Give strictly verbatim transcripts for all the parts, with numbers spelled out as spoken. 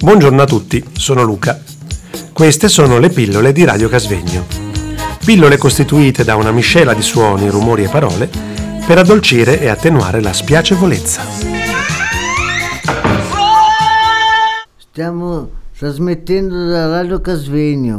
Buongiorno a tutti, sono Luca. Queste sono le pillole di Radio Casvegno. Pillole costituite da una miscela di suoni, rumori e parole per addolcire e attenuare la spiacevolezza. Stiamo trasmettendo da Radio Casvegno.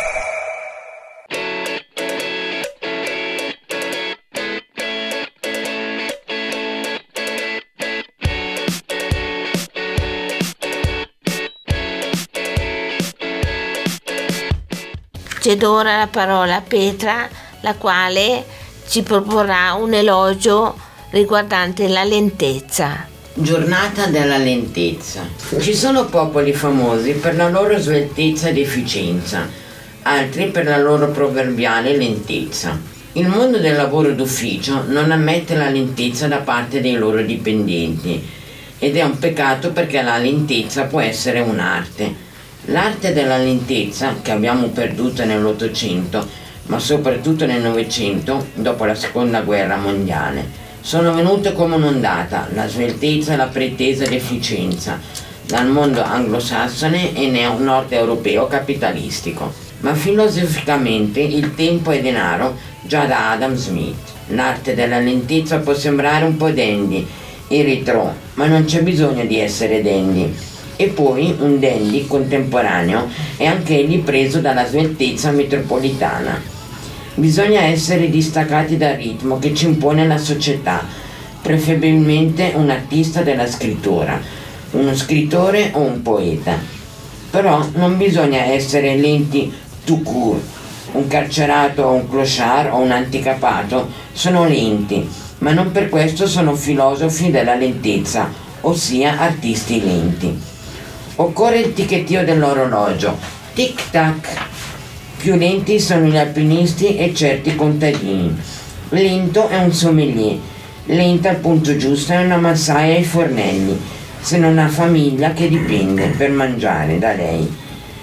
Cedo ora la parola a Petra, la quale ci proporrà un elogio riguardante la lentezza. Giornata della lentezza. Ci sono popoli famosi per la loro sveltezza ed efficienza, altri per la loro proverbiale lentezza. Il mondo del lavoro d'ufficio non ammette la lentezza da parte dei loro dipendenti ed è un peccato perché la lentezza può essere un'arte. L'arte della lentezza, che abbiamo perduto nell'Ottocento, ma soprattutto nel Novecento, dopo la Seconda Guerra Mondiale, sono venute come un'ondata, la sveltezza, la pretesa ed efficienza, dal mondo anglosassone e nord europeo capitalistico. Ma filosoficamente il tempo è denaro, già da Adam Smith. L'arte della lentezza può sembrare un po' dandy e retro, ma non c'è bisogno di essere dandy. E poi un dandy contemporaneo è anch'egli preso dalla sveltezza metropolitana. Bisogna essere distaccati dal ritmo che ci impone la società, preferibilmente un artista della scrittura, uno scrittore o un poeta. Però non bisogna essere lenti tout court. Un carcerato o un clochard o un anticapato sono lenti, ma non per questo sono filosofi della lentezza, ossia artisti lenti. Occorre il ticchettio dell'orologio, tic-tac. Più lenti sono gli alpinisti e certi contadini. Lento è un sommelier, lenta al punto giusto è una massaia ai fornelli, se non ha famiglia che dipende per mangiare da lei.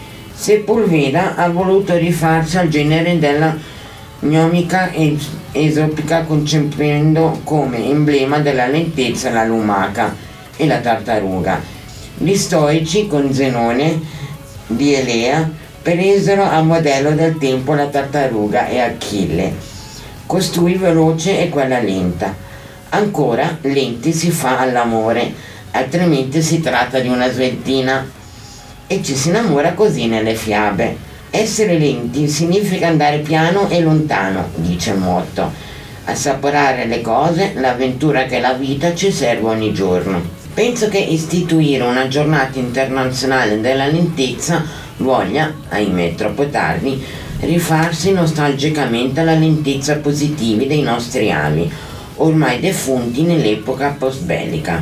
Sepulveda ha voluto rifarsi al genere della gnomica esopica concependo come emblema della lentezza la lumaca e la tartaruga. Gli stoici con Zenone di Elea presero a modello del tempo la tartaruga e Achille. Costui veloce e quella lenta. Ancora lenti si fa all'amore, altrimenti si tratta di una sveltina. E ci si innamora così nelle fiabe. Essere lenti significa andare piano e lontano, dice il motto. Assaporare le cose, l'avventura che la vita ci serve ogni giorno. Penso che istituire una giornata internazionale della lentezza voglia, ahimè troppo tardi, rifarsi nostalgicamente alla lentezza positiva dei nostri avi, ormai defunti nell'epoca post-bellica.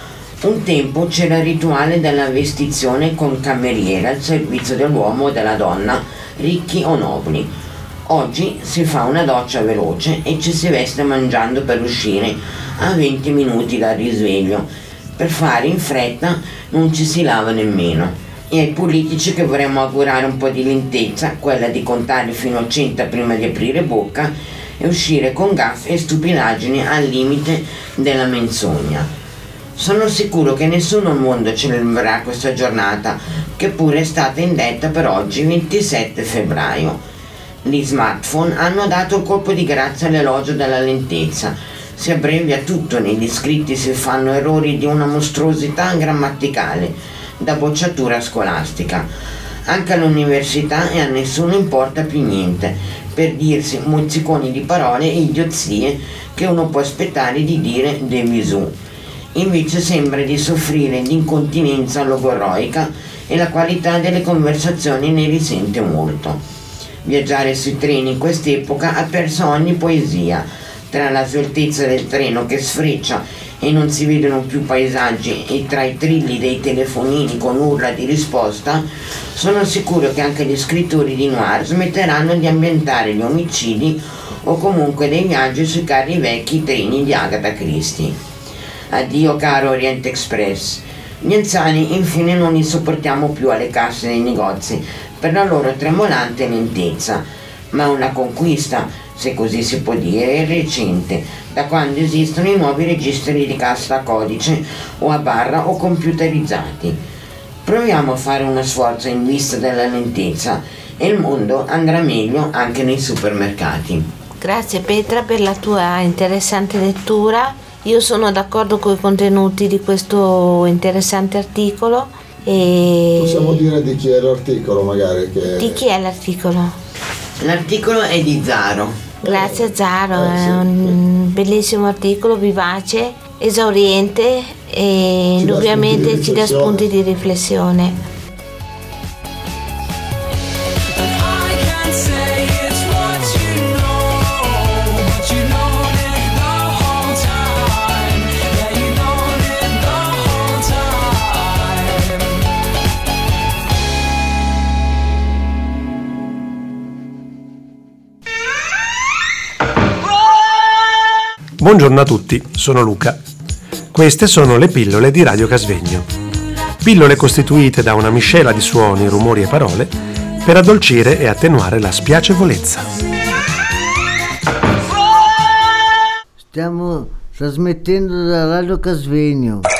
Un tempo c'era il rituale della vestizione con cameriere al servizio dell'uomo o della donna, ricchi o nobili. Oggi si fa una doccia veloce e ci si veste mangiando per uscire a venti minuti dal risveglio. Per fare in fretta non ci si lava nemmeno. E ai politici che vorremmo augurare un po' di lentezza, quella di contare fino a cento prima di aprire bocca e uscire con gaffe e stupidaggini al limite della menzogna. Sono sicuro che nessuno al mondo celebrerà questa giornata, che pure è stata indetta per oggi, ventisette febbraio. Gli smartphone hanno dato il colpo di grazia all'elogio della lentezza. Si abbrevia tutto, negli scritti si fanno errori di una mostruosità grammaticale, da bocciatura scolastica. Anche all'università e a nessuno importa più niente, per dirsi mozziconi di parole e idiozie che uno può aspettare di dire de visu. Invece sembra di soffrire di incontinenza logorroica e la qualità delle conversazioni ne risente molto. Viaggiare sui treni in quest'epoca ha perso ogni poesia. Tra la sveltezza del treno che sfreccia e non si vedono più paesaggi e tra i trilli dei telefonini con urla di risposta, sono sicuro che anche gli scrittori di noir smetteranno di ambientare gli omicidi o comunque dei viaggi sui carri vecchi treni di Agatha Christie. Addio caro Orient Express. Gli anziani infine non li sopportiamo più alle casse dei negozi per la loro tremolante lentezza, ma una conquista, se così si può dire, è recente, da quando esistono i nuovi registri di cassa a codice o a barra o computerizzati. Proviamo a fare uno sforzo in vista della lentezza e il mondo andrà meglio anche nei supermercati. Grazie Petra per la tua interessante lettura. Io sono d'accordo con i contenuti di questo interessante articolo. E... Possiamo dire di chi è l'articolo magari? Che... Di chi è l'articolo? L'articolo è di Zaro. Grazie a Zaro, Eh, sì, è un bellissimo articolo, vivace, esauriente e Ci dà indubbiamente spunti di ci dà riflessione. spunti di riflessione. Buongiorno a tutti, sono Luca. Queste sono le pillole di Radio Casvegno. Pillole costituite da una miscela di suoni, rumori e parole per addolcire e attenuare la spiacevolezza. Stiamo trasmettendo da Radio Casvegno.